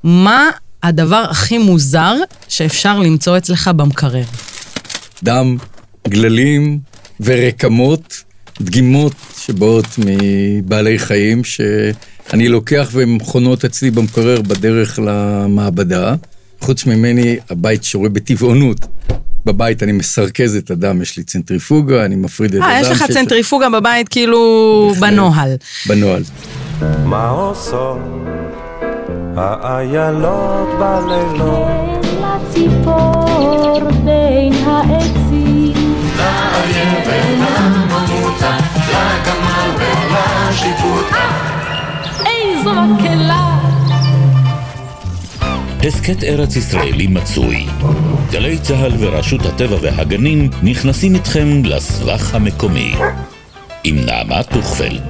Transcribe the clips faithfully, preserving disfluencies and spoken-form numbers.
מה הדבר הכי מוזר שאפשר למצוא אצלך במקרר? דם, גללים ורקמות, דגימות שבאות מבעלי חיים, שאני לוקח והן מכונות אצלי במקרר בדרך למעבדה. חוץ ממני, הבית שורה בטבעונות. בבית אני מסרכז את הדם, יש לי צנטריפוגה, אני מפריד את הדם. אה, יש לך צנטריפוגה בבית כאילו בנוהל. בנוהל. מה עושות האיילות בלילות? לציפור בין העצים. לאייבת הממותה, לגמל ולשיפוטה. איזו מקהלה. הסקט ארץ ישראלי מצוי. גלי צהל ורשות הטבע והגנים נכנסים איתכם לסבך המקומי. עם נעמה טוכפלד.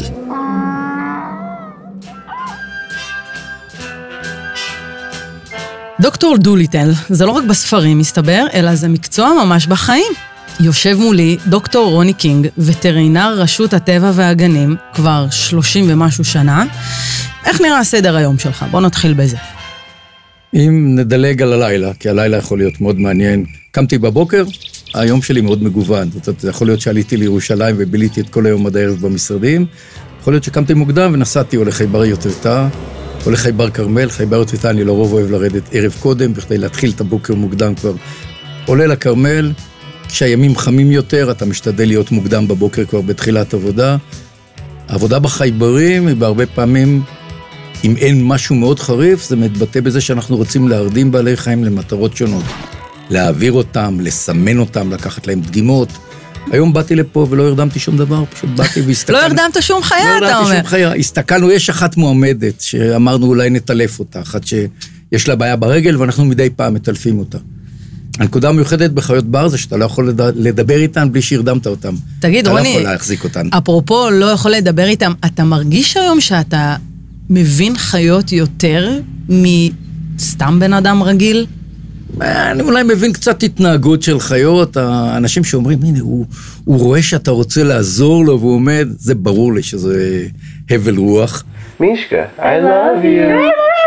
דוקטור דוליטל, זה לא רק בספרים מסתבר, אלא זה מקצוע ממש בחיים. יושב מולי דוקטור רוני קינג, וטרינר רשות הטבע והגנים, כבר שלושים ומשהו שנה. איך נראה הסדר היום שלך? בוא נתחיל בזה. אם נדלג על הלילה, כי הלילה יכול להיות מאוד מעניין. קמתי בבוקר, היום שלי מאוד מגוון. זאת אומרת, יכול להיות שעליתי לירושלים וביליתי את כל היום עד הערב במשרדים. יכול להיות שקמתי מוקדם ונסעתי או לחייבר יוטבתה, או לחייבר כרמל. חייבר יוטבתה אני לרוב אוהב לרדת ערב קודם, בכדי להתחיל את הבוקר מוקדם כבר. עולה לכרמל, כשהימים חמים יותר, אתה משתדל להיות מוקדם בבוקר כבר בתחילת עבודה. העבודה בחייברים היא בהרבה פעמים, אם אין משהו מאוד חריף, זה מתבטא בזה שאנחנו רוצים להרדים בעלי חיים למטרות שונות. להעביר אותם, לסמן אותם, לקחת להם דגימות. היום באתי לפה ולא הרדמתי שום דבר, פשוט באתי והסתכלנו. לא הרדמת שום חיה, אתה אומר. לא הרדמתי שום חיה, הסתכלנו, יש אחת מועמדת, שאמרנו אולי נטלף אותה, אחת שיש לה בעיה ברגל, ואנחנו מדי פעם מטלפים אותה. הנקודה המיוחדת בחיות בר זה שאתה לא יכול לדבר איתן בלי שהרדמת אותם. תגיד, רוני, אתה לא יכול להחזיק אותן. אפרופו לא יכול לדבר איתם, אתה מרגיש היום שאתה מבין חיות יותר מסתם בן אדם רגיל? אני אולי מבין קצת התנהגות של חיות, האנשים שאומרים, הנה, הוא, הוא רואה שאתה רוצה לעזור לו, והוא עומד, זה ברור לי שזה הבל רוח. מישקה, I love you.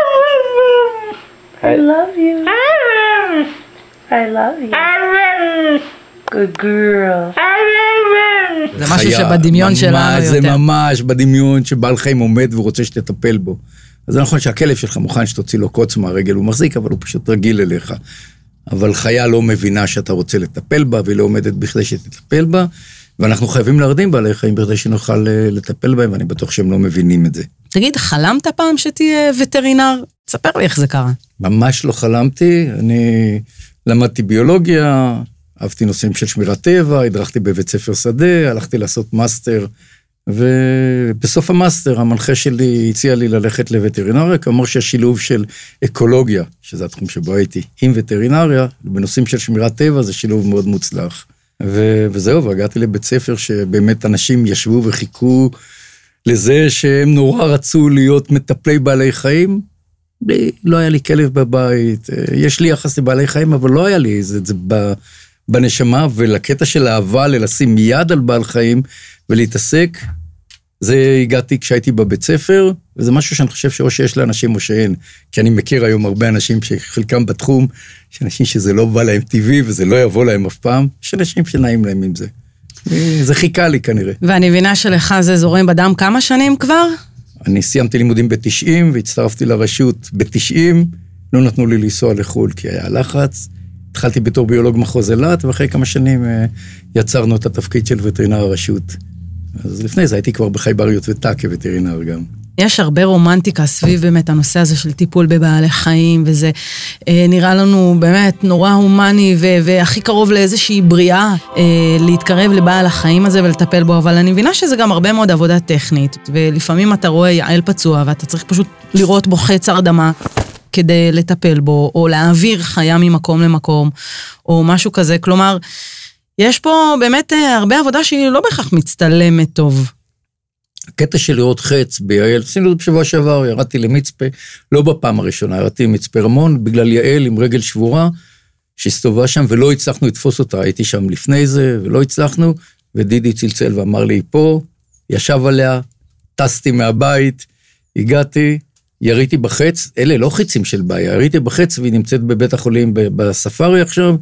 I love you. I love you. Good girl. זה משהו שבדמיון שלנו יותר. זה ממש בדמיון שבעל חיים עומד ורוצה שתטפל בו. אז זה נכון שהכלב שלך מוכן שתוציא לו קוץ מהרגל, הוא מחזיק, אבל הוא פשוט רגיל אליך. אבל חיה לא מבינה שאתה רוצה לטפל בה, והיא לא עומדת בכדי שתטפל בה, ואנחנו חייבים להרדים בעלי חיים בכדי שנוכל לטפל בהם, ואני בטוח שהם לא מבינים את זה. תגיד, חלמת פעם שתהיה וטרינר? תספר לי איך זה קרה. ממש לא חלמתי, אני למדתי ביולוגיה, אהבתי נושאים של שמירת טבע, הדרכתי בבית ספר שדה, הלכתי לעשות מאסטר, ובסוף המאסטר המנחה שלי הציע לי ללכת לווטרינריה, כמו שהשילוב של אקולוגיה, שזה התחום שבו הייתי, עם וטרינריה, בנושאים של שמירת טבע, זה שילוב מאוד מוצלח. ו- וזהו, והגעתי לבית ספר שבאמת אנשים ישבו וחיכו לזה שהם נורא רצו להיות מטפלי בעלי חיים, בלי, לא היה לי כלב בבית, יש לי יחס לבעלי חיים, אבל לא היה לי, זה, זה ב... בנשמה, ולקטע של אהבה ללשים יד על בעל חיים ולהתעסק, זה הגעתי כשהייתי בבית ספר, וזה משהו שאני חושב שאו שיש לאנשים או שאין, כי אני מכיר היום הרבה אנשים שחלקם בתחום, יש אנשים שזה לא בא להם טבעי, וזה לא יבוא להם אף פעם, יש אנשים שנעים להם עם זה. זה חיכה לי כנראה. ואני מבינה שלך זה זורם בדם כמה שנים כבר? אני סיימתי לימודים ב-תשעים, והצטרפתי לרשות ב-תשעים, לא נתנו לי לנסוע לחול, כי היה לחץ, התחלתי בתור ביולוג מחוז אילת, ואחרי כמה שנים יצרנו את התפקיד של וטרינר הרשות. אז לפני זה הייתי כבר בחייבר יוטבתה כווטרינר גם. יש הרבה רומנטיקה סביב באמת הנושא הזה של טיפול בבעלי חיים, וזה אה, נראה לנו באמת נורא הומני, ו- והכי קרוב לאיזושהי בריאה, אה, להתקרב לבעל החיים הזה ולטפל בו, אבל אני מבינה שזה גם הרבה מאוד עבודה טכנית, ולפעמים אתה רואה יעל פצוע, ואתה צריך פשוט לראות בו חץ הרדמה, כדי לטפל בו, או להעביר חיה ממקום למקום, או משהו כזה. כלומר, יש פה באמת הרבה עבודה שהיא לא בהכרח מצטלמת טוב. הקטע של לראות חץ ביעל, עשינו את זה בשבוע שעבר, ירדתי למצפה, לא בפעם הראשונה, ירדתי למצפה רמון, בגלל יעל עם רגל שבורה, שהסתובבה שם ולא הצלחנו לתפוס אותה, הייתי שם לפני זה ולא הצלחנו, ודידי צלצל ואמר לי פה, ישב עליה, טסתי מהבית, הגעתי, יריתי בחץ, אלה לא חיצים של בעיה, יריתי בחץ והיא נמצאת בבית החולים בספארי עכשיו,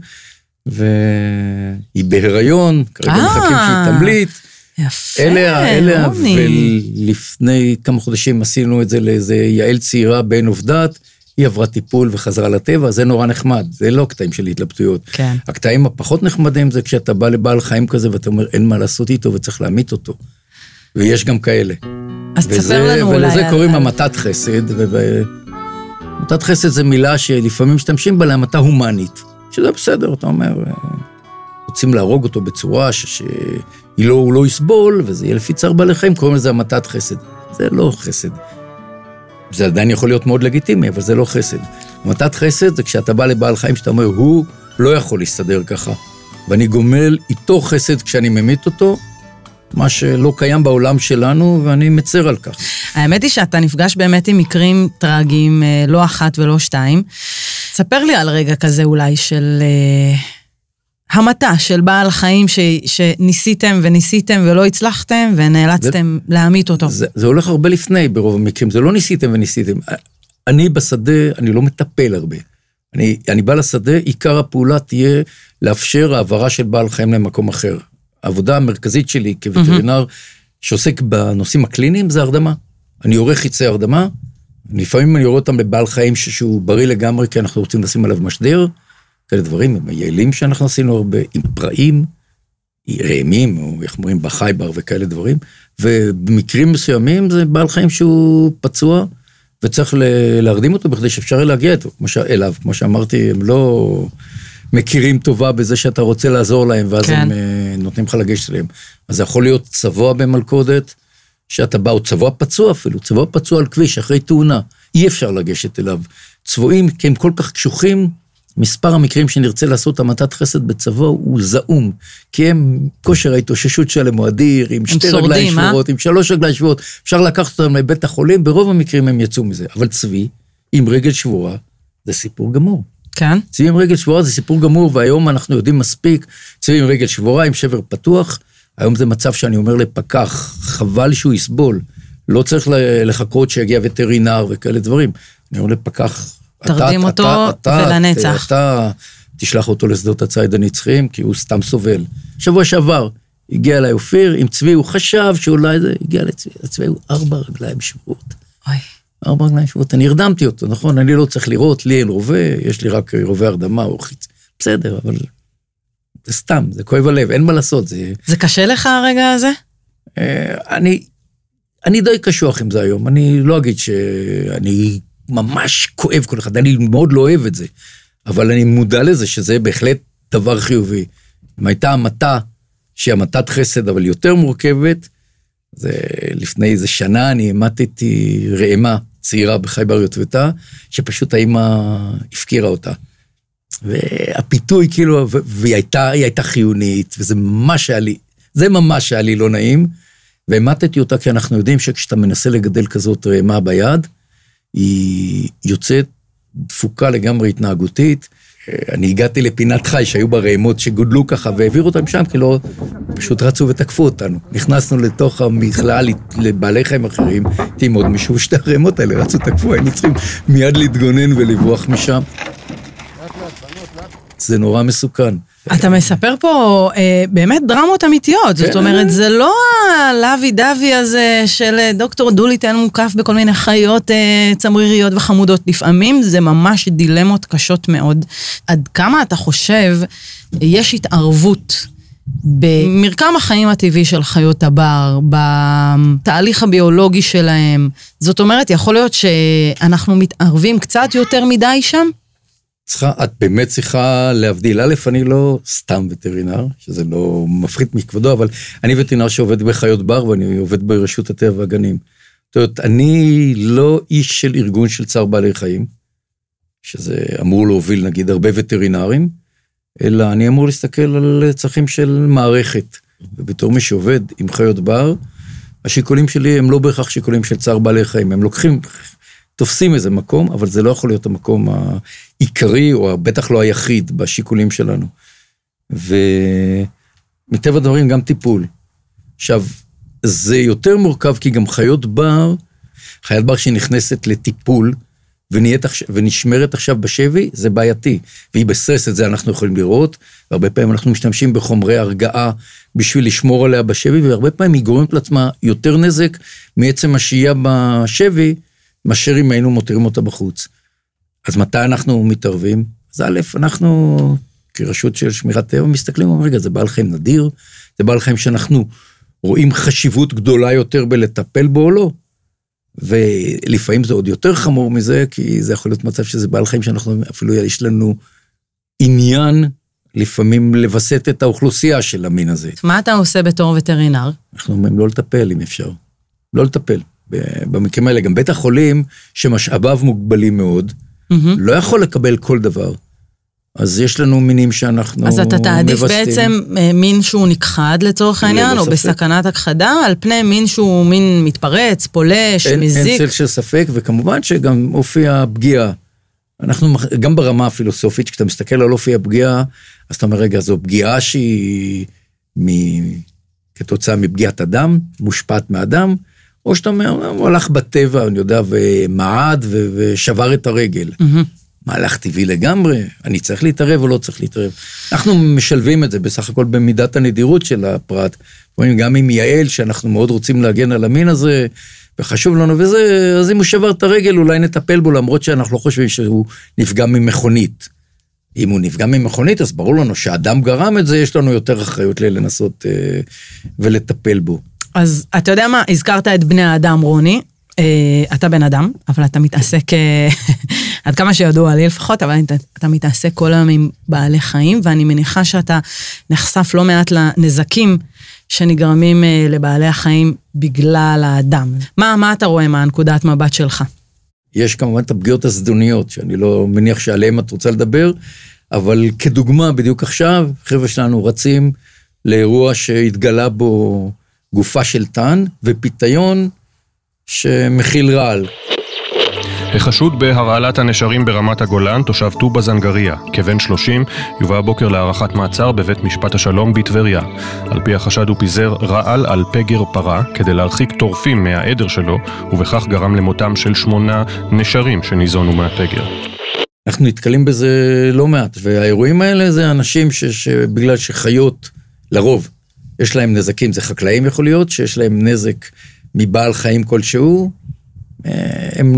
והיא בהיריון, כרגע מחכים שהיא תמליט. יפה, אלה, אלה, ולפני כמה חודשים עשינו את זה לאיזה יעל צעירה בין עובדת, היא עברה טיפול וחזרה לטבע, זה נורא נחמד, זה לא קטעים של התלבטויות. כן. הקטעים הפחות נחמדים זה כשאתה בא לבעל חיים כזה, ואתה אומר, אין מה לעשות איתו וצריך להמית אותו. ויש גם כאלה. אז תספר לנו אולי. ולזה קוראים המתת חסד, ומתת חסד זה מילה שלפעמים משתמשים בה להמתה הומנית, שזה בסדר, אתה אומר, רוצים להרוג אותו בצורה שהיא לא, הוא לא יסבול, וזה יהיה לפי צער בעלי חיים, קוראים לזה המתת חסד. זה לא חסד. זה עדיין יכול להיות מאוד לגיטימי, אבל זה לא חסד. המתת חסד זה כשאתה בא לבעל חיים, שאתה אומר, הוא לא יכול להסתדר ככה, ואני גומל איתו חסד כשאני ממית אותו, מה שלא קיים בעולם שלנו, ואני מצר על כך. האמת היא שאתה נפגש באמת עם מקרים טרגיים, לא אחת ולא שתיים. תספר לי על רגע כזה אולי של המתה, של בעל חיים ש, שניסיתם וניסיתם ולא הצלחתם, ונאלצתם זה, להמית אותו. זה, זה הולך הרבה לפני ברוב המקרים, זה לא ניסיתם וניסיתם. אני בשדה, אני לא מטפל הרבה. אני, אני בא לשדה, עיקר הפעולה תהיה לאפשר העברה של בעל חיים למקום אחר. העבודה המרכזית שלי כווטרינר שעוסק בנושאים הקליניים זה הרדמה. אני עורך חיצי הרדמה, לפעמים אני רואה אותם לבעל חיים שהוא בריא לגמרי, כי אנחנו רוצים לשים עליו משדר, כאלה דברים, עם היעילים שאנחנו עשינו הרבה, עם פראים, רעמים, או איך אומרים, בחייבר וכאלה דברים, ובמקרים מסוימים זה בעל חיים שהוא פצוע, וצריך להרדים אותו בכדי שאפשר להגיע אליו, כמו שאמרתי, הם לא מכירים טובה בזה שאתה רוצה לעזור להם, ואז כן. הם נותנים לך לגשת אליהם. אז זה יכול להיות צבוע במלכודת, שאתה בא, או צבוע פצוע אפילו, צבוע פצוע על כביש, אחרי תאונה, אי אפשר לגשת אליו. צבועים, כי הם כל כך קשוחים, מספר המקרים שנרצה לעשות המתת חסד בצבוע הוא זעום, כי הם, כושר ההתאוששות שלהם הוא אדיר, עם שתי רגליים שבורות, עם שלוש רגליים שבורות, אפשר לקחת אותם לבית החולים, ברוב המקרים הם יצאו מזה, אבל צבי, עם רגל שבורה, זה סיפור גמור. כן? צבי עם רגל שבורה זה סיפור גמור, והיום אנחנו יודעים מספיק, צבי עם רגל שבורה, עם שבר פתוח, היום זה מצב שאני אומר לפקח, חבל שהוא יסבול, לא צריך לחכות שיגיע וטרינר וכאלה דברים, אני אומר לפקח, תרדים אותו ולנצח. אתה תשלח אותו לשדות הציד הנצחיים, כי הוא סתם סובל. שבוע שעבר, הגיע אליי אופיר, עם צבי, הוא חשב שאולי זה, הגיע לצבי, הצבי הוא ארבע רגליים שבועות. אוי. ארבע רגליים שבועות, אני הרדמתי אותו, נכון? אני לא צריך לראות, לי אין רובה, יש לי רק רובה הרדמה או חיץ. בסדר, אבל זה סתם, זה כואב הלב, אין מה לעשות. זה, זה קשה לך הרגע הזה? אני, אני די קשוח עם זה היום, אני לא אגיד שאני ממש כואב כל אחד, אני מאוד לא אוהב את זה, אבל אני מודע לזה שזה בהחלט דבר חיובי. אם הייתה המתה, שהיא המתת חסד, אבל יותר מורכבת, זה לפני איזה שנה אני המתתי רעמה צעירה בחייבר יוטבתה, שפשוט האמא הפקירה אותה. והפיתוי כאילו, והיא הייתה, היא הייתה חיונית, וזה ממש היה לי, זה ממש היה לי לא נעים, והמתתי אותה כי אנחנו יודעים שכשאתה מנסה לגדל כזאת רעמה ביד, היא יוצאת דפוקה לגמרי התנהגותית. אני הגעתי לפינת חי שהיו ברעמות שגודלו ככה והעבירו אותם שם, כי לא, פשוט רצו ותקפו אותנו. נכנסנו לתוך המכלאה לבעלי חיים אחרים, הייתי מאוד משהו שתי הרעמות האלה רצו ותקפו, היינו צריכים מיד להתגונן ולברוח משם. זה נורא מסוכן. אתה מספר פה אה, באמת דרמות אמיתיות, זאת אומרת, זה לא הלוי דווי הזה של דוקטור דוליטל מוקף בכל מיני חיות אה, צמריריות וחמודות, לפעמים זה ממש דילמות קשות מאוד. עד כמה אתה חושב, יש התערבות במרקם החיים הטבעי של חיות הבר, בתהליך הביולוגי שלהם, זאת אומרת, יכול להיות שאנחנו מתערבים קצת יותר מדי שם? צריכה, את באמת צריכה להבדיל. א', אני לא סתם וטרינר, שזה לא מפחית מכבודו, אבל אני וטרינר שעובד בחיות בר, ואני עובד ברשות הטבע והגנים. זאת אומרת, אני לא איש של ארגון של צער בעלי חיים, שזה אמור להוביל, נגיד, הרבה וטרינרים, אלא אני אמור להסתכל על צרכים של מערכת. ובתור מי שעובד עם חיות בר, השיקולים שלי הם לא בהכרח שיקולים של צער בעלי חיים, הם לוקחים... תופסים איזה מקום, אבל זה לא יכול להיות המקום העיקרי, או בטח לא היחיד בשיקולים שלנו. ומטבע הדברים גם טיפול. עכשיו, זה יותר מורכב, כי גם חיות בר, חיית בר שנכנסת לטיפול, ונהיית, ונשמרת עכשיו בשבי, זה בעייתי. והיא בסטרס, את זה אנחנו יכולים לראות, והרבה פעמים אנחנו משתמשים בחומרי הרגעה, בשביל לשמור עליה בשבי, והרבה פעמים היא גורמת לעצמה יותר נזק, מעצם השהייה בשבי, מאשר אם היינו מותירים אותה בחוץ. אז מתי אנחנו מתערבים? אז א', אנחנו, כרשות של שמירת טבע, מסתכלים, אומרים, רגע, זה בעל חיים נדיר, זה בעל חיים שאנחנו רואים חשיבות גדולה יותר בלטפל בו או לא, ולפעמים זה עוד יותר חמור מזה, כי זה יכול להיות מצב שזה בעל חיים שאנחנו, אפילו יש לנו עניין, לפעמים לבסט את האוכלוסייה של המין הזה. מה אתה עושה בתור וטרינר? אנחנו אומרים לא לטפל אם אפשר, לא לטפל. במקרים האלה, גם בית החולים, שמשאביו מוגבלים מאוד, לא יכול לקבל כל דבר. אז יש לנו מינים שאנחנו מבסטים. אז אתה תעדיף בעצם מין שהוא נכחד לצורך העניין, או בסכנת הכחדה, על פני מין שהוא מין מתפרץ, פולש, מזיק. אין צל של ספק, וכמובן שגם אופי הפגיעה. אנחנו, גם ברמה הפילוסופית, כשאתה מסתכל על אופי הפגיעה, אז אתה אומר, רגע, זו פגיעה שהיא מ... כתוצאה מפגיעת אדם, מושפעת מאדם, או שאתה אומר, הוא הלך בטבע, אני יודע, ומעד ו... ושבר את הרגל. מהלך טבעי לגמרי, אני צריך להתערב או לא צריך להתערב. אנחנו משלבים את זה בסך הכל במידת הנדירות של הפרט, גם עם יעל, שאנחנו מאוד רוצים להגן על המין הזה, וחשוב לנו וזה, אז אם הוא שבר את הרגל, אולי נטפל בו, למרות שאנחנו לא חושבים שהוא נפגע ממכונית. אם הוא נפגע ממכונית, אז ברור לנו שהאדם גרם את זה, יש לנו יותר אחריות לנסות אה, ולטפל בו. אז אתה יודע מה, הזכרת את בני האדם, רוני, אה, אתה בן אדם, אבל אתה מתעסק, עד כמה שידוע לי לפחות, אבל אתה, אתה מתעסק כל היום עם בעלי חיים, ואני מניחה שאתה נחשף לא מעט לנזקים, שנגרמים לבעלי החיים בגלל האדם. מה, מה אתה רואה מהנקודת מבט שלך? יש כמובן את הפגיעות הזדוניות, שאני לא מניח שעליהם את רוצה לדבר, אבל כדוגמה בדיוק עכשיו, חבר'ה שלנו רצים לאירוע שהתגלה בו גופה של טן, ופיתיון שמכיל רעל. החשוד בהרעלת הנשרים ברמת הגולן, תושב טובה זנגריה, כבן שלושים, יובא הבוקר להערכת מעצר בבית משפט השלום בטבריה. על פי החשד הוא פיזר רעל על פגר פרה, כדי להרחיק טורפים מהעדר שלו, ובכך גרם למותם של שמונה נשרים שניזונו מהפגר. אנחנו נתקלים בזה לא מעט, והאירועים האלה זה אנשים שבגלל שחיות, לרוב, יש להם נזקים, זה חקלאים יכול להיות, שיש להם נזק מבעל חיים כלשהו, הם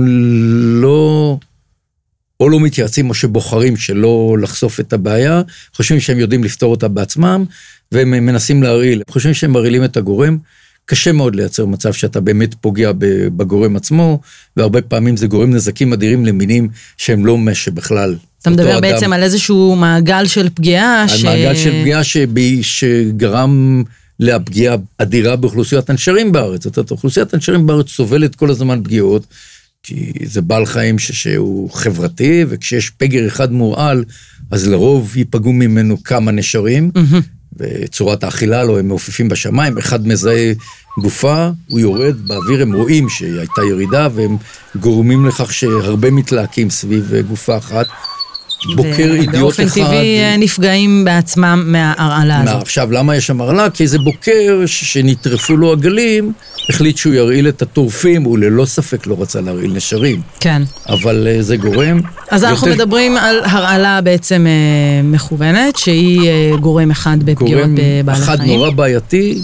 לא, או לא מתייעצים, או שבוחרים שלא לחשוף את הבעיה, חושבים שהם יודעים לפתור אותה בעצמם, והם מנסים להרעיל, חושבים שהם מרעילים את הגורם, קשה מאוד לייצר מצב שאתה באמת פוגע בגורם עצמו, והרבה פעמים זה גורם נזקים אדירים למינים שהם לא משהו בכלל. אתה מדבר אדם, בעצם על איזשהו מעגל של פגיעה, על ש... מעגל של פגיעה שבי, שגרם להפגיעה אדירה באוכלוסיית הנשרים בארץ. זאת אומרת, אוכלוסיית הנשרים בארץ סובלת כל הזמן פגיעות, כי זה בעל חיים שהוא חברתי, וכשיש פגר אחד מורעל, אז לרוב ייפגעו ממנו כמה נשרים, וצורת האכילה לו, הם מעופפים בשמיים, אחד מזהה גופה, הוא יורד באוויר, הם רואים שהייתה ירידה, והם גורמים לכך שהרבה מתלהקים סביב גופה אחת, בוקר אידיוט אחד. באופן טבעי נפגעים בעצמם מההרעלה הזאת. עכשיו, למה יש שם הרעלה? כי זה בוקר שנטרפו לו עגלים, החליט שהוא ירעיל את הטורפים, הוא ללא ספק לא רצה להרעיל נשרים. כן. אבל זה גורם... אז אנחנו מדברים על הרעלה בעצם מכוונת, שהיא גורם אחד בפגיעות בבעלי חיים. גורם אחד נורא בעייתי,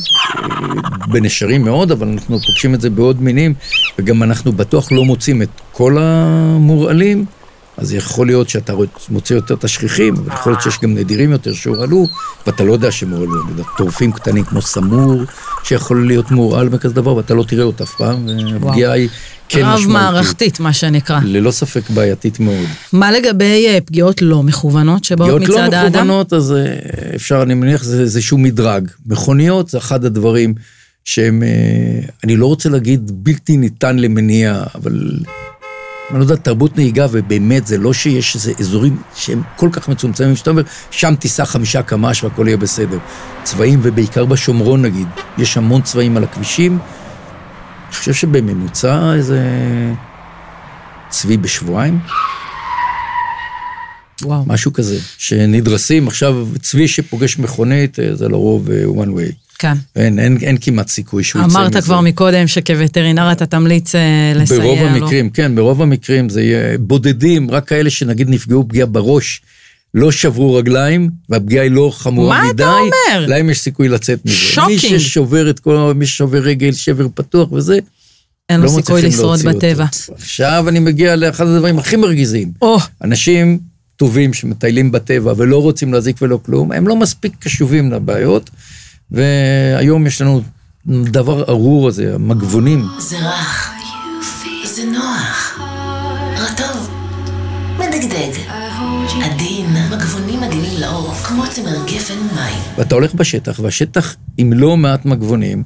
בנשרים מאוד, אבל אנחנו פוגשים את זה בעוד מינים, וגם אנחנו בטוח לא מוצאים את כל המורעלים, אז יכול להיות שאתה מוצא יותר את השכיחים, אבל יכול להיות שיש גם נדירים יותר שהורעלו, ואתה לא יודע שמורעלו, טורפים קטנים כמו סמור, שיכול להיות מורעל וכזה דבר, ואתה לא תראה אותה אף פעם, והפגיעה היא כן משמעותית. רב מערכתית, מה שנקרא. ללא ספק בעייתית מאוד. מה לגבי פגיעות לא מכוונות שבאות מצד האדם? פגיעות לא מכוונות, אז אפשר, אני מניח, זה איזשהו מדרג. מכוניות זה אחד הדברים שהם, אני לא רוצה להגיד בלתי ניתן למניע, אבל... אני לא יודע, תרבות נהיגה, ובאמת זה לא שיש איזה אזורים שהם כל כך מצומצמים, שאתה אומר, שם תיסע חמישה קמ"ש והכל יהיה בסדר. צבעים, ובעיקר בשומרון נגיד, יש המון צבעים על הכבישים, אני חושב שבממוצע איזה צבי בשבועיים. וואו. משהו כזה, שנדרסים. עכשיו, צבי שפוגש מכונית, זה לרוב one way. כן. אין, אין, אין כמעט סיכוי שהוא יצא מזה. אמרת כבר מקודם שכווטרינר אתה תמליץ לסייע לו. ברוב המקרים, כן, ברוב המקרים זה יהיה בודדים, רק כאלה שנגיד נפגעו פגיעה בראש, לא שברו רגליים, והפגיעה היא לא חמורה מה מדי. מה אתה אומר? להם יש סיכוי לצאת מזה. שוקינג. מי ששובר את כל, מי ששובר רגל, שבר פתוח וזה, אין לו לא סיכוי מצליחים לשרוד להוציא בטבע. אותו. עכשיו אני מגיע לאחד הדברים הכי מרגיזים. או, אנשים טובים שמטיילים בטבע ולא רוצים להזיק ולא כלום, הם לא מספיק קשובים לבעיות, והיום יש לנו דבר ארור הזה, המגבונים. זה רך, זה נוח, רטוב, מדגדג, עדין, מגבונים עדינים לאור, כמו צמר גפן מים. ואתה הולך בשטח, והשטח עם לא מעט מגבונים,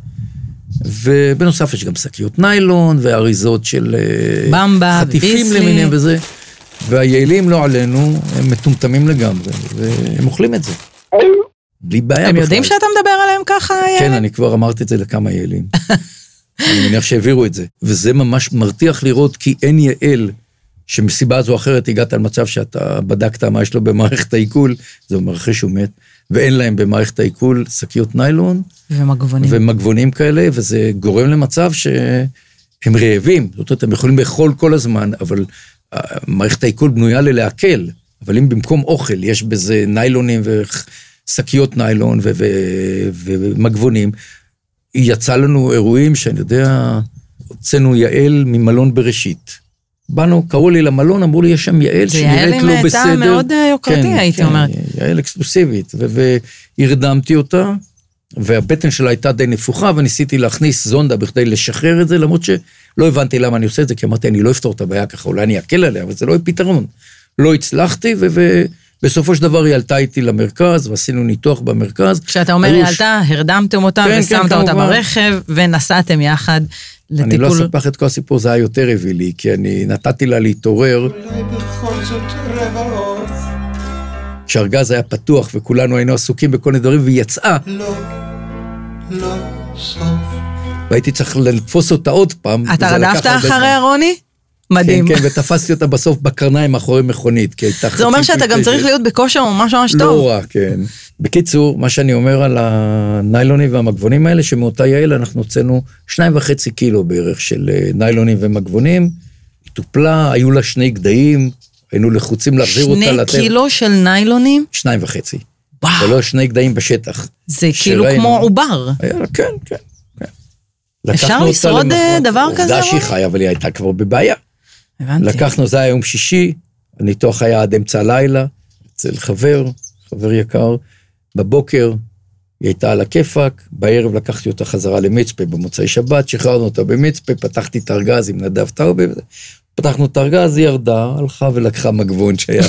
ובנוסף יש גם שקיות ניילון, ואריזות של במבה, חטיפים ביסלי. למיניהם וזה, והיעילים לא עלינו, הם מטומטמים לגמרי, והם אוכלים את זה. בלי בעיה בכלל. הם יודעים שאתה מדבר עליהם ככה? כן, אני כבר אמרתי את זה לכמה יעלים. אני מניח שהעבירו את זה. וזה ממש מרתיח לראות, כי אין יעל, שמסיבה זו או אחרת הגעת על מצב שאתה בדקת מה יש לו במערכת העיכול, זה אומר אחרי שהוא מת, ואין להם במערכת העיכול שקיות ניילון, ומגבונים. ומגבונים כאלה, וזה גורם למצב שהם רעבים, זאת אומרת, הם יכולים לאכול כל הזמן, אבל מערכת העיכול בנויה ללהקל, אבל אם במקום אוכל יש בזה ניילונים ושקיות ניילון ו- ו- ומגבונים, יצא לנו אירועים שאני יודע, הוצאנו יעל ממלון בראשית. באנו, קראו לי למלון, אמרו לי, יש שם יעל שנראית לא בסדר. זה יעל עם מאוד יוקרתי, כן, הייתי כן, אומרת. יעל אקסקלוסיבית, והרדמתי אותה, והבטן שלה הייתה די נפוחה, וניסיתי להכניס זונדה בכדי לשחרר את זה, למרות שלא הבנתי למה אני עושה את זה, כי אמרתי, אני לא אפתור את הבעיה ככה, אולי אני אקל עליה, אבל זה לא יהיה פתרון. לא הצלחתי, ובסופו של דבר היא עלתה איתי למרכז, ועשינו ניתוח במרכז. כשאתה אומר היא עלתה, הרדמתם אותה, כן, ושמת כן, אותה כמובן. ברכב, ונסעתם יחד לטיפול. אני לא אספח את כל הסיפור, זה היה יותר הביא לי, כי אני נתתי לה להתעורר. אולי בכל זאת רבע עוף. כשהארגז היה פתוח, וכולנו היינו עסוקים בכל מיני דברים, והיא יצאה. לא, לא סוף. והייתי צריך לתפוס אותה עוד פעם. אתה וזה לקח רדפת הרבה זמן. אחריה, רוני? מדהים. כן, כן, ותפסתי אותה בסוף בקרניים מאחורי מכונית, כי הייתה חצי... זה אומר שאתה גם צריך להיות בכושר ממש ממש טוב. לא רע, כן. בקיצור, מה שאני אומר על הניילונים והמגבונים האלה, שמאותה יעל אנחנו הוצאנו שניים וחצי קילו בערך של ניילונים ומגבונים, טופלה, היו לה שני גדיים, היינו לחוצים להחזיר אותה שני לטבע. קילו של ניילונים? שניים וחצי. וואו. ולא שני גדיים בשטח. זה כאילו שראינו. כמו עובר. היה לה, כן, כן. כן. אפשר לקחנו אותה לשרוד, למחרת. דבר כזה, עובדה שהיא רוני? חיה, אבל היא הייתה כבר בבעיה. הבנתי. לקחנו, זה היה יום שישי, הניתוח היה עד אמצע הלילה, אצל חבר, חבר יקר, בבוקר, היא הייתה על הכיפק, בערב לקחתי אותה חזרה למצפה במוצאי שבת, שחררנו אותה במצפה, פתחתי את הארגז עם נדב טאובה, פתחנו את הארגז, היא ירדה, הלכה ולקחה מגבון שהיה.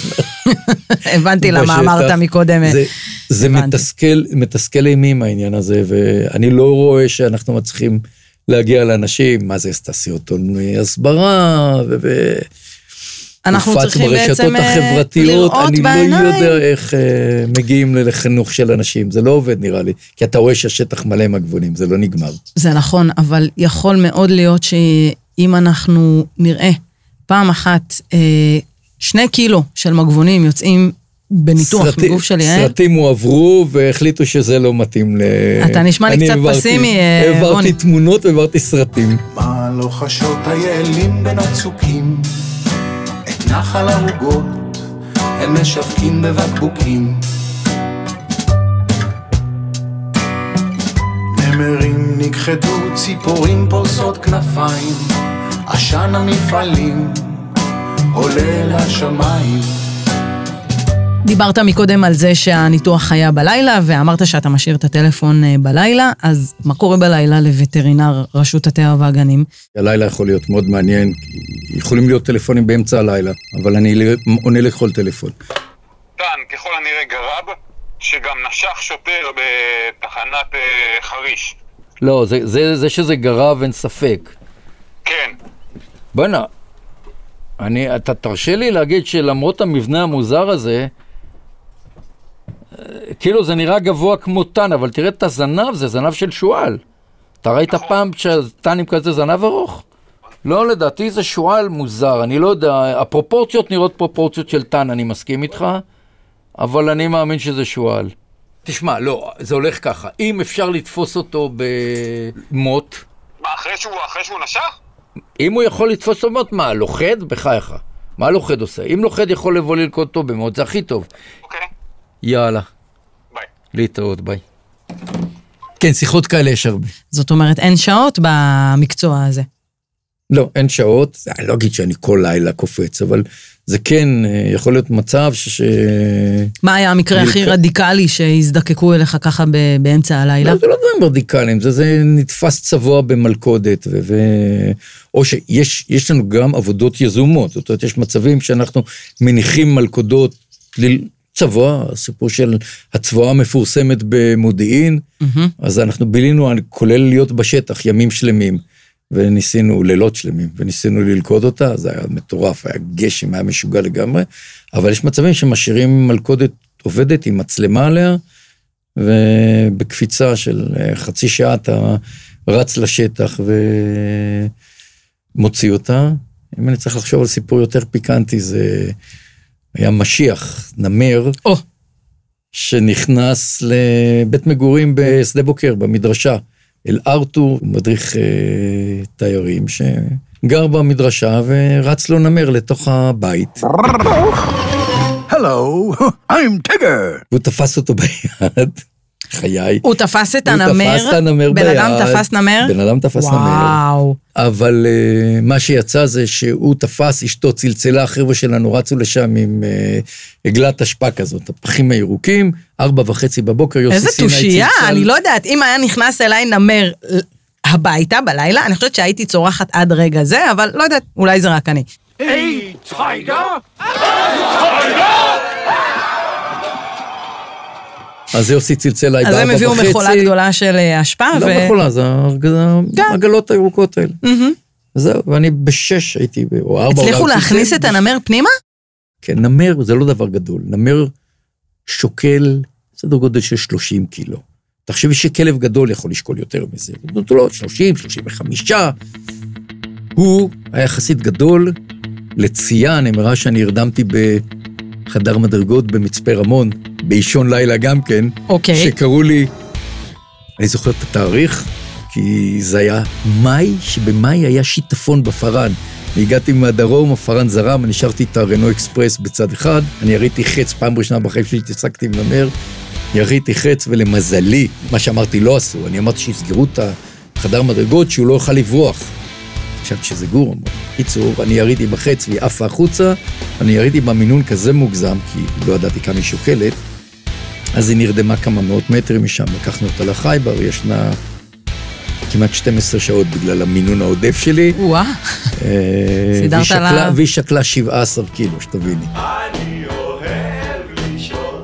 הבנתי למה אמרת מקודם. זה, זה מתסכל, מתסכל אימים העניין הזה, ואני לא רואה שאנחנו מצליחים להגיע לאנשים, מה זה עשתה סרטון הסברה, ו... אנחנו צריכים בעצם החברתיות, לראות אני בעיניים. לא יודע איך uh, מגיעים לחינוך של אנשים, זה לא עובד נראה לי, כי אתה רואה שהשטח מלא מגבונים, זה לא נגמר. זה נכון, אבל יכול מאוד להיות שאם אנחנו נראה פעם אחת אה, שני קילו של מגבונים יוצאים בניתוח סרטי, מגוף של יעל. סרטים הועברו והחליטו שזה לא מתאים ל... אתה נשמע לי קצת העברתי, פסימי, העברתי רוני. תמונות והעברתי סרטים. מה לא חשות היעלים בין הצוקים? את נחל העוגות הם משווקים בבקבוקים. נמרים נכחדו, ציפורים פורסות כנפיים, עשן המפעלים עולה לשמיים. דיברת מקודם על זה שהניתוח היה בלילה, ואמרת שאתה משאיר את הטלפון בלילה, אז מה קורה בלילה לווטרינר רשות הטבע והגנים? הלילה יכול להיות מאוד מעניין, יכולים להיות טלפונים באמצע הלילה, אבל אני עונה לכל טלפון. דן, ככל הנראה גרב, שגם נשך שוטר בתחנת אה, חריש. לא, זה, זה, זה שזה גרב אין ספק. כן. בוא'נה, אני, אתה תרשה לי להגיד שלמרות המבנה המוזר הזה, כאילו זה נראה גבוה כמו טן, אבל תראה את הזנב, זה זנב של שואל. אתה ראית נכון. פעם שהטן עם כזה זנב ארוך? לא, לדעתי זה שועל מוזר, אני לא יודע, הפרופורציות נראות פרופורציות של טן, אני מסכים איתך, אבל אני מאמין שזה שועל. תשמע, לא, זה הולך ככה, אם אפשר לתפוס אותו במוט... מה, אחרי שהוא, אחרי שהוא נשך? אם הוא יכול לתפוס במוט, מה, לוחד? בחייך. מה לוחד עושה? אם לוחד יכול לבוא ללכוד אותו במוט, זה הכי טוב. אוקיי. יאללה. ביי. להתראות, ביי. כן, שיחות כאלה יש הרבה. זאת אומרת, אין שעות במקצוע הזה. לא, אין שעות, אני לא אגיד שאני כל לילה קופץ, אבל זה כן יכול להיות מצב ש... מה היה המקרה הכי רדיקלי שהזדקקו אליך ככה באמצע הלילה? לא, זה לא דברים רדיקליים, זה, זה נתפס צבוע במלכודת, ו... ו... או שיש יש לנו גם עבודות יזומות, זאת אומרת, יש מצבים שאנחנו מניחים מלכודות צבוע, הסיפור של הצבועה המפורסמת במודיעין, mm-hmm. אז אנחנו בילינו, כולל להיות בשטח, ימים שלמים, וניסינו, לילות שלמים, וניסינו ללכוד אותה, זה היה מטורף, היה גשם, היה משוגע לגמרי, אבל יש מצבים שמשאירים מלכודת עובדת עם מצלמה עליה, ובקפיצה של חצי שעה אתה רץ לשטח ומוציא אותה. אם אני צריך לחשוב על סיפור יותר פיקנטי, זה היה משיח, נמר, oh. שנכנס לבית מגורים בשדה בוקר, במדרשה, אל ארתור, מדריך אה, תיירים, שגר במדרשה ורץ לו נמר לתוך הבית. Hello, I'm Tigger. והוא תפס אותו ביד, חיי. הוא תפס את הנמר? הוא תפס את הנמר ביד. בן אדם תפס נמר? בן אדם תפס וואו. נמר. וואו. אבל uh, מה שיצא זה שהוא תפס, אשתו צלצלה, החבר'ה שלנו רצו לשם עם uh, עגלת השפעה כזאת, הפחים הירוקים, ארבע וחצי בבוקר, יוסי סיני צלצל. איזה תושייה, אני לא יודעת, אם היה נכנס אליי נמר הביתה בלילה, אני חושבת שהייתי צורחת עד רגע זה, אבל לא יודעת, אולי זה רק אני. היי, טייגר? אז יוסי צלצל אליי בארבע וחצי. אז הם הביאו מכולה גדולה של השפעה. לא מכולה, זה העגלות הירוקות האלה. זהו, ואני בשש הייתי, או ארבע. הצליחו להכניס את הנמר פנימה? כן, נמר זה לא דבר גדול. נמר שוקל, סדר גודל של שלושים קילו. תחשבי שכלב גדול יכול לשקול יותר מזה. לא, שלושים, שלושים וחמישה. הוא היה יחסית גדול, לצייה, נאמרה שאני הרדמתי בחדר מדרגות במצפה רמון, באישון לילה גם כן, אוקיי. שקראו לי, אני זוכר את התאריך, כי זה היה מאי, שבמאי היה שיטפון בפרן. והגעתי מהדרום, הפרן זרם, אני נשארתי את הרנו אקספרס בצד אחד, אני יריתי חץ, פעם ראשונה בחיים שלי התעסקתי עם נמר, יריתי חץ ולמזלי, מה שאמרתי לא עשו, אני אמרתי שיסגרו את החדר מדרגות שהוא לא יוכל לברוח. חשבתי שזה גור, קיצור, אני יריתי בחץ והיא עפה החוצה, אני יריתי במינון כזה מוגזם, כי לא ידעתי כמה היא שוקלת, אז היא נרדמה כמה מאות מטרים משם, לקחנו אותה לחייבר, ישנה כמעט שתים עשרה שעות בגלל המינון העודף שלי. וואה, סידרת לה... והיא שקלה שבעה עשר קילו, שתביני. אני אוהב לישון,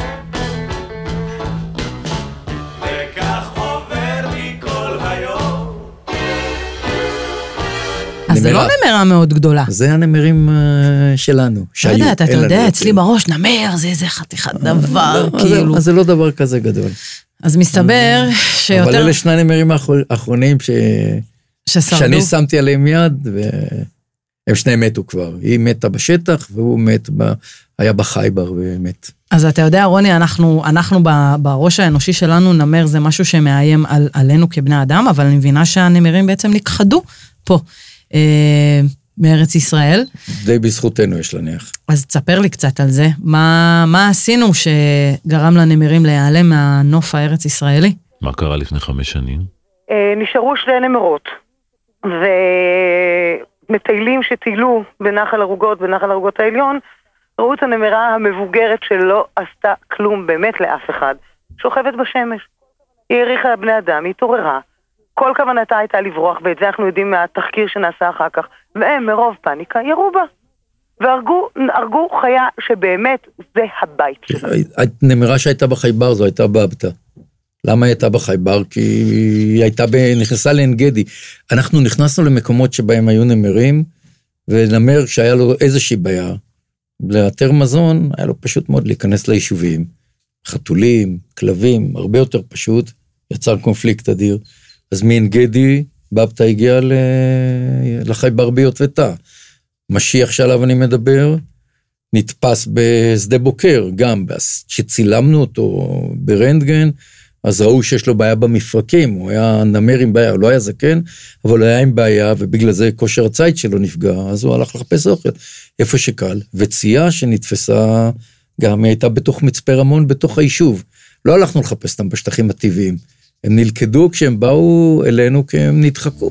וכך עובר לי כל היום. אז זה לא נמרה מאוד גדולה. זה הנמרים שלנו, שהיו. לא יודעת, אתה יודע, אצלי בראש, נמר, זה איזה חתיכת דבר, כאילו. אז זה לא דבר כזה גדול. אז מסתבר שיותר... אבל אלה שני הנמרים האחרונים שאני שמתי עליהם יד, והם שניהם מתו כבר. היא מתה בשטח, והוא מת, היה בחייבר ומת. אז אתה יודע, רוני, אנחנו, אנחנו בראש האנושי שלנו, נמר זה משהו שמאיים על, עלינו כבני אדם, אבל אני מבינה שהנמרים בעצם נכחדו פה, אה, מארץ ישראל. די בזכותנו יש להניח. אז תספר לי קצת על זה. מה, מה עשינו שגרם לנמרים להיעלם מהנוף הארץ ישראלי? מה קרה לפני חמש שנים? אה, נשארו שתי נמרות, ומטיילים שטיילו בנחל ערוגות, בנחל ערוגות העליון, ראו את הנמרה המבוגרת שלא עשתה כלום באמת לאף אחד, שוכבת בשמש. היא העריכה בני אדם, היא התעוררה. כל כוונתה הייתה לברוח, ואת זה אנחנו יודעים מהתחקיר שנעשה אחר כך, והם מרוב פאניקה ירו בה. והרגו הרגו חיה שבאמת זה הבית שלה. הנמרה שהייתה בחייבר זו הייתה באבטה. למה היא הייתה בחייבר? כי היא הייתה, נכנסה לעין גדי. אנחנו נכנסנו למקומות שבהם היו נמרים, ונמר שהיה לו איזושהי בעיה, לאתר מזון, היה לו פשוט מאוד להיכנס ליישובים, חתולים, כלבים, הרבה יותר פשוט, יצר קונפליקט אדיר. אז מעין גדי בבתא הגיע לחי ברביות ותא. משיח שעליו אני מדבר, נתפס בשדה בוקר, גם שצילמנו אותו ברנטגן, אז ראו שיש לו בעיה במפרקים, הוא היה נמר עם בעיה, הוא לא היה זקן, אבל הוא היה עם בעיה, ובגלל זה כושר הציד שלו נפגע, אז הוא הלך לחפש אוכל, איפה שקל, וצייה שנתפסה, גם היא הייתה בתוך מצפה רמון, בתוך היישוב, לא הלכנו לחפש אותם בשטחים הטבעיים, הם נלכדו כשהם באו אלינו, כי הם נדחקו.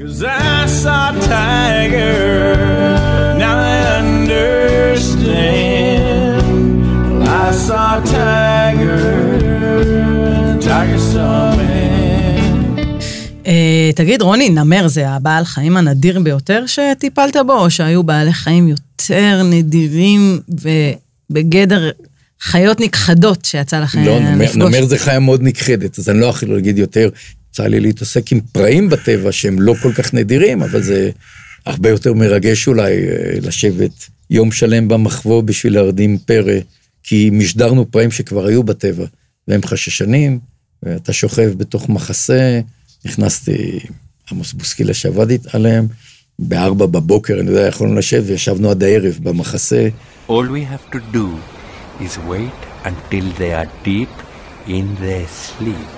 תגיד, רוני, נמר זה הבעל חיים הנדיר ביותר שטיפלת בו, או שהיו בעלי חיים יותר נדירים ובגדר חיות נכחדות שיצא לכם לא, לפגוש? לא, נמר זה חיה מאוד נכחדת, אז אני לא יכול להגיד יותר, צריך לי להתעסק עם פראים בטבע שהם לא כל כך נדירים, אבל זה הרבה יותר מרגש אולי לשבת יום שלם במחבוא בשביל להרדים פרא, כי משדרנו פראים שכבר היו בטבע, והם חששנים, ואתה שוכב בתוך מחסה, נכנסתי עמוס בוסקילה שעבדתי עליהם, בארבע בבוקר, אני יודע, יכולנו לשבת, וישבנו עד הערב במחסה. All we have to do is wait until they are deep in their sleep.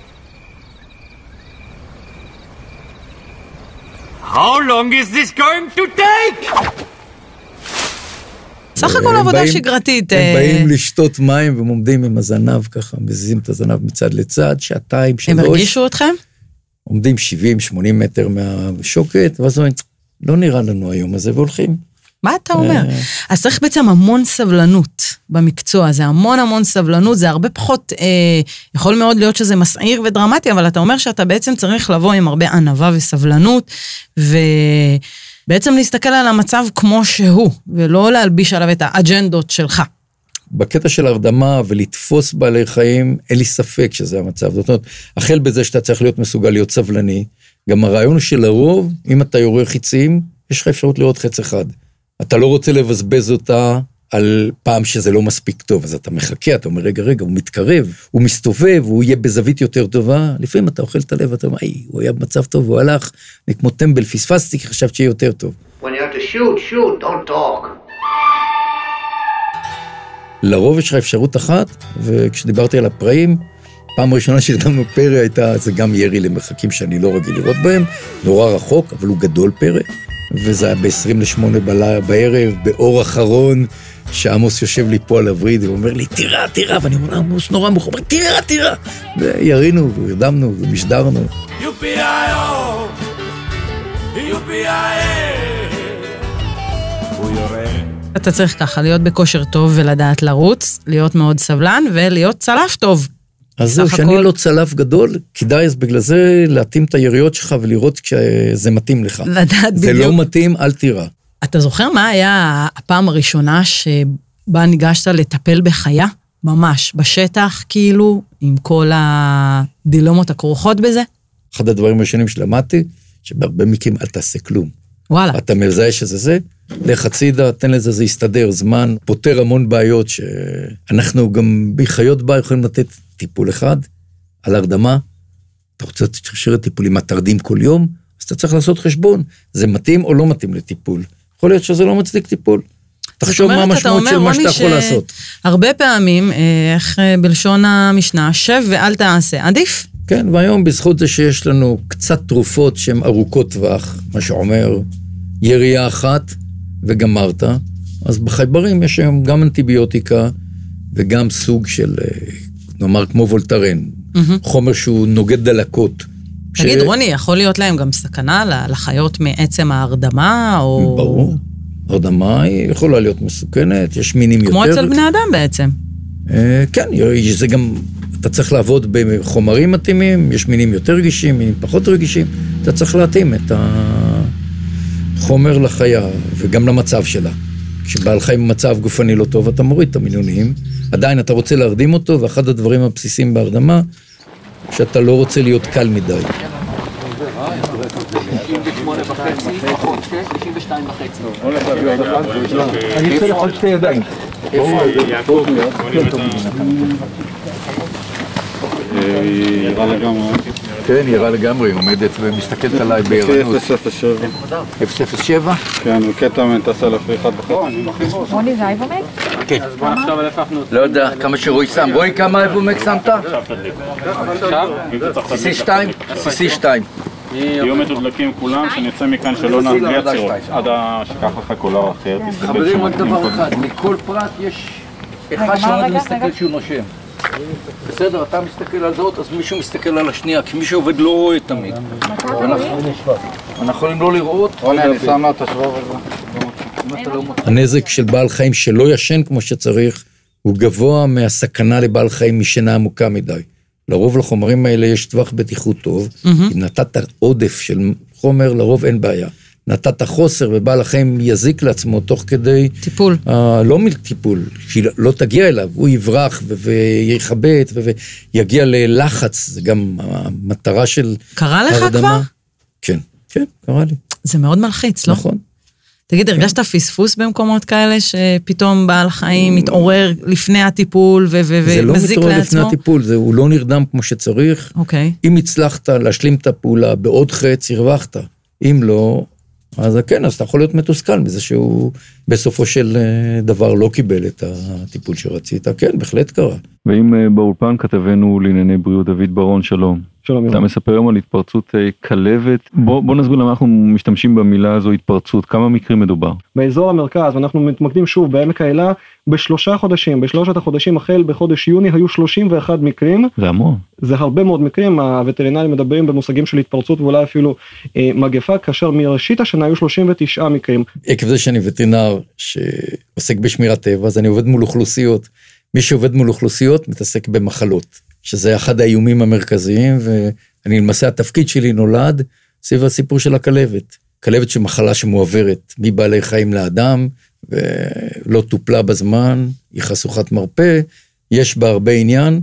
How long is this going to take? סך הכל עבודה שגרתית. הם באים לשתות מים והם עומדים עם הזנב ככה, מזיזים את הזנב מצד לצד, שעתיים, שלוש. הם הרגישו אתכם? עומדים שבעים שמונים מטר מהשוקת, ואז אומרים, לא נראה לנו היום הזה, והולכים. מה אתה אומר? אז צריך בעצם המון סבלנות במקצוע, זה המון המון סבלנות, זה הרבה פחות, אה, יכול מאוד להיות שזה מסעיר ודרמטי, אבל אתה אומר שאתה בעצם צריך לבוא עם הרבה ענווה וסבלנות, ובעצם להסתכל על המצב כמו שהוא, ולא להלביש עליו את האג'נדות שלך. בקטע של הרדמה ולתפוס בעלי חיים, אין לי ספק שזה המצב. זאת אומרת, החל בזה שאתה צריך להיות מסוגל להיות סבלני, גם הרעיון של הרוב, אם אתה יורה חיצים, יש לך אפשרות לראות חץ אחד. אתה לא רוצה לבזבז אותה על פעם שזה לא מספיק טוב, אז אתה מחכה, אתה אומר, רגע, רגע, הוא מתקרב, הוא מסתובב, הוא יהיה בזווית יותר טובה, לפעמים אתה אוכל את הלב, אתה אומר, איי, הוא היה במצב טוב, הוא הלך, אני כמו טמבל, פספסתי, כי חשבת שיהיה יותר טוב. When you have to shoot, shoot, don't talk. לרוב יש לך אפשרות אחת, וכשדיברתי על הפראים, פעם ראשונה שהרדמנו פרא הייתה, זה גם ירי למרחקים שאני לא רגיל לראות בהם, נורא רחוק, אבל הוא גדול פרא, וזה היה ב-עשרים ושמונה בערב, באור אחרון, שעמוס יושב לי פה על הווריד, והוא אומר לי, תירה, תירה, ואני אומר, עמוס נורא מוכר, אומר, תירה, תירה, וירינו, והרדמנו, ומשדרנו. יו-פי-איי-או, יו-פי-איי-איי, הוא יורה. אתה צריך ככה, להיות בכושר טוב ולדעת לרוץ, להיות מאוד סבלן ולהיות צלף טוב. אז זהו, שאני לא צלף גדול, כדאי אז בגלל זה להתאים את היריות שלך ולראות כשזה מתאים לך. לדעת בדיוק. זה לא מתאים, אל תירה. אתה זוכר מה היה הפעם הראשונה שבה ניגשת לטפל בחיה? ממש, בשטח כאילו, עם כל הדילומות הכרוכות בזה? אחד הדברים הראשונים שלמדתי, שבהרבה מקרים אל תעשה כלום. וואלה. אתה מזהה שזה זה, לך הצידה, תן לזה, זה יסתדר, זמן, פותר המון בעיות שאנחנו גם בחיות בה יכולים לתת טיפול אחד, על הרדמה, אתה רוצה לשחרר טיפול, אם אתה תרדים כל יום, אז אתה צריך לעשות חשבון, זה מתאים או לא מתאים לטיפול. יכול להיות שזה לא מצדיק טיפול. תחשוב מה המשמעות של מה שאתה יכול לעשות. הרבה פעמים, איך בלשון המשנה, שב ואל תעשה, עדיף. כן, והיום בזכות זה שיש לנו קצת תרופות שהן ארוכות טווח, מה שאומר, ירייה אחת וגמרת, אז בחייברים יש היום גם אנטיביוטיקה, וגם סוג של, נאמר כמו וולטרן, mm-hmm. חומר שהוא נוגד דלקות. תגיד, ש... רוני, יכול להיות להם גם סכנה לחיות מעצם ההרדמה, או... ברור, הרדמה היא יכולה להיות מסוכנת, יש מינים יותר... כמו אצל בני אדם בעצם. אה, כן, זה גם... אתה צריך לעבוד בחומרים מתאימים, יש מינים יותר רגישים, מינים פחות רגישים, אתה צריך להתאים את החומר לחיה, וגם למצב שלה. כשבעל חיים במצב גופני לא טוב, אתה מוריד את המינונים, עדיין אתה רוצה להרדים אותו, ואחד הדברים הבסיסיים בהרדמה, שאתה לא רוצה להיות קל מדי. אני רוצה לאכול שתי ידיים. יראה לגמרי. כן, יראה לגמרי, היא עומדת ומסתכלת עליי בערנות. אפס אפס שבע. אפס אפס שבע? כן, וקטע מטס על אפריחת בחור. רוני, זה אייבומק? כן. אז בוא נחשוב על איפה אנחנו... לא יודע, כמה שרועי שם. רועי, כמה אייבומק שמת? עכשיו? סיסי שתיים? סיסי שתיים. יהיו מתודלקים כולם, שנצא מכאן שלא נביא עצירות. עד שכח לך קולר אחר. חברים, עוד דבר אחד, מכל פרט יש אחד שעומד ומסתכל שהוא נושם. בסדר, אתה מסתכל על זאת, אז מישהו מסתכל על השנייה, כי מי שעובד לא רואה תמיד. אנחנו יכולים לא לראות. רוני, אני שם לה את השבוב הזה. הנזק של בעל חיים שלא ישן כמו שצריך, הוא גבוה מהסכנה לבעל חיים משינה עמוקה מדי. לרוב לחומרים האלה יש טווח בטיחות טוב, אם נתת עודף של חומר, לרוב אין בעיה. נתת חוסר ובעל החיים יזיק לעצמו תוך כדי... טיפול. אה, לא מטיפול, כי לא תגיע אליו, הוא יברח ויחבט ויגיע ללחץ, זה גם המטרה של... קרה לך כבר? כן, כן, קרה לי. זה מאוד מלחיץ, לא? נכון. תגיד, הרגשת פספוס במקומות כאלה, שפתאום בעל חיים מתעורר לפני הטיפול ומזיק לעצמו? זה לא מתעורר לפני הטיפול, זה, הוא לא נרדם כמו שצריך. אוקיי. אם הצלחת להשלים את הפעולה בעוד חץ, הרווחת. אם לא, אז כן, אז אתה יכול להיות מתוסכל מזה שהוא בסופו של דבר לא קיבל את הטיפול שרצית. כן, בהחלט קרה. ואם באולפן כתבנו לענייני בריאות דוד ברון, שלום. שלום. אתה מספר היום על התפרצות כלבת. בוא, בוא נסביר למה אנחנו משתמשים במילה הזו התפרצות. כמה מקרים מדובר? באזור המרכז, ואנחנו מתמקדים שוב בעמק האלה, בשלושה חודשים, בשלושת החודשים החל בחודש יוני, היו שלושים ואחד מקרים. זה המון. זה הרבה מאוד מקרים, הווטרינרים מדברים במושגים של התפרצות, ואולי אפילו אה, מגפה, כאשר מראשית השנה היו שלושים ותשעה מקרים. עקב זה שאני וטרינר שעוסק בשמירת טבע, אז אני עובד מול אוכלוסיות. מי שעובד מול אוכלוסיות מתעסק במחלות, שזה אחד האיומים המרכזיים, ואני למעשה התפקיד שלי נולד סביב הסיפור של הכלבת. כלבת שמחלה שמועברת מבעלי חיים לאדם, ולא טופלה בזמן, היא חשוכת מרפא, יש בה הרבה עניין,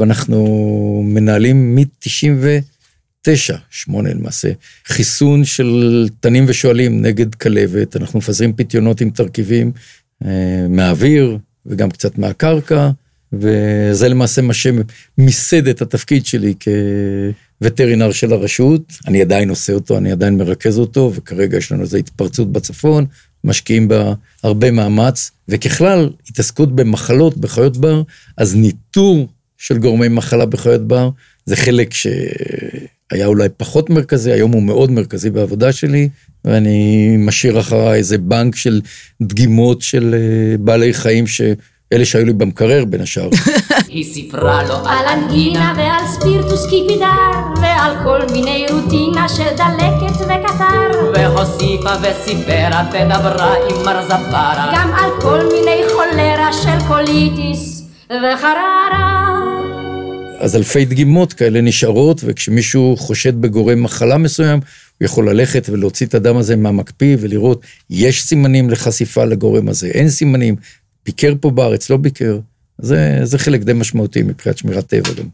ואנחנו מנהלים מ-תשעים ותשע, שמונה למעשה, חיסון של תנים ושואלים נגד כלבת, אנחנו מפזרים פיתיונות עם תרכיבים מהאוויר, וגם קצת מהקרקע, וזה למעשה מה שמיסד את התפקיד שלי כווטרינר של הרשות. אני עדיין עושה אותו, אני עדיין מרכז אותו, וכרגע יש לנו איזו התפרצות בצפון, משקיעים בה הרבה מאמץ, וככלל, התעסקות במחלות, בחיות בר, אז ניטור של גורמי מחלה בחיות בר, זה חלק שהיה אולי פחות מרכזי, היום הוא מאוד מרכזי בעבודה שלי, ואני משאיר אחריי איזה בנק של דגימות של בעלי חיים ש... אלה שהיו לי במקרר בין השאר. היא סיפרה לו על אנגינה ועל ספירטוס קיפידר ועל כל מיני רוטינה של דלקת וקטר, והוסיפה וסיפרה ודברה עם מרזפרה גם על כל מיני חולרה של קוליטיס וחררה. אז אלפי דגימות כאלה נשארות, וכשמישהו חושד בגורם מחלה מסוים, הוא יכול ללכת ולהוציא את הדם הזה מהמקפיא ולראות, יש סימנים לחשיפה לגורם הזה, אין סימנים, ביקר פה בארץ, לא ביקר. זה, זה חלק די משמעותי מבחינת שמירת טבע גם.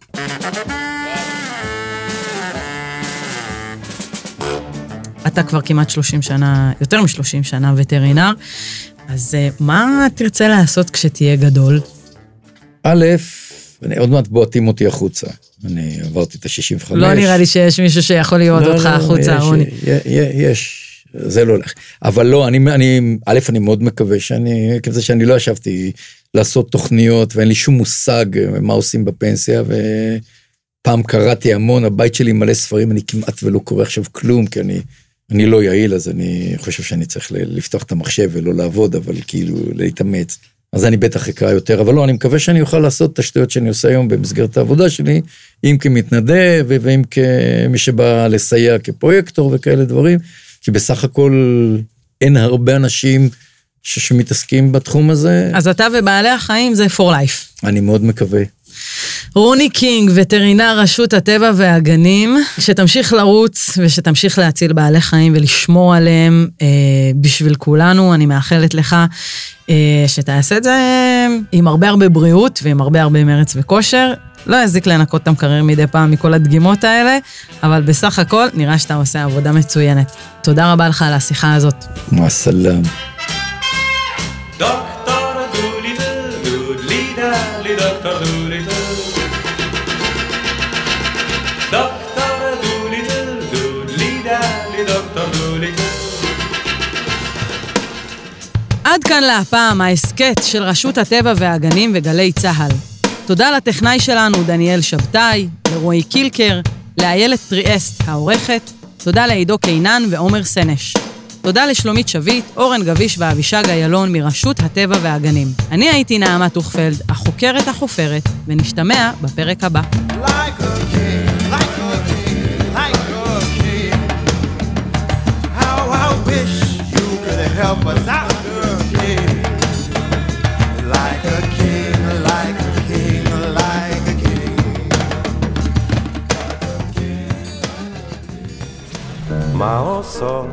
אתה כבר כמעט שלושים שנה, יותר מ-שלושים שנה וטרינר, אז מה תרצה לעשות כשתהיה גדול? א', אני עוד מעט בועטים אותי החוצה. אני עברתי את ה-שישים וחמש. לא נראה לי שיש מישהו שיכול להיות לא, אותך לא, החוצה, יש, רוני. יש, יש. זה לא הולך. אבל לא, אני, אני, א', אני מאוד מקווה שאני, כזה שאני לא ישבתי לעשות תוכניות, ואין לי שום מושג מה עושים בפנסיה, ופעם קראתי המון, הבית שלי מלא ספרים, אני כמעט ולא קורא עכשיו כלום, כי אני, אני לא יעיל, אז אני חושב שאני צריך לפתוח את המחשב ולא לעבוד, אבל כאילו להתאמץ. אז אני בטח אקרא יותר, אבל לא, אני מקווה שאני אוכל לעשות את השטויות שאני עושה היום במסגרת העבודה שלי, אם כמתנדב, ואם כמי שבא לסייע כפרויקטור וכאלה דברים, כי בסך הכל אין הרבה אנשים ש- שמתעסקים בתחום הזה. אז אתה ובעלי החיים זה for life. אני מאוד מקווה. רוני קינג, וטרינר רשות הטבע והגנים, שתמשיך לרוץ ושתמשיך להציל בעלי חיים ולשמור עליהם אה, בשביל כולנו. אני מאחלת לך אה, שתעשה את זה עם הרבה הרבה בריאות ועם הרבה הרבה מרץ וכושר. לא יזיק לנקות את המקרר מדי פעם מכל הדגימות האלה, אבל בסך הכל נראה שאתה עושה עבודה מצוינת. תודה רבה לך על השיחה הזאת. מהסלם. דוקטור דוליטל, דודלי דלי, דוקטור דוליטל. דוקטור עד כאן להפעם ההסקט של רשות הטבע והגנים וגלי צהל. תודה לטכנאי שלנו דניאל שבתאי, לרועי קילקר, לאיילת טריאסט העורכת, תודה לעידו קינן ועומר סנש. תודה לשלומית שביט, אורן גביש ואבישג איילון מרשות הטבע והגנים. אני הייתי נעמה תוכפלד, החוקרת החופרת, ונשתמע בפרק הבא. Like a king, like a king, like a king. How I wish you could help us out, king. Like a king, like a king, like a king. מה עושות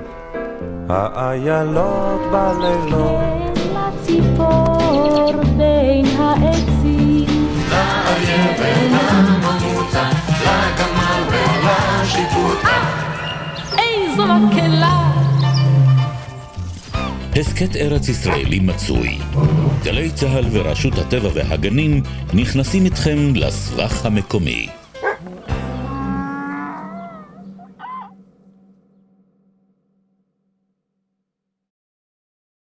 האיילות בלילות? לציפור בין העצים. לאריה ולממותה, לגמל ולשיפוטה. איזו מקהלה. הסקט ארץ ישראלי מצוי. גלי צהל ורשות הטבע והגנים נכנסים איתכם לסבך המקומי.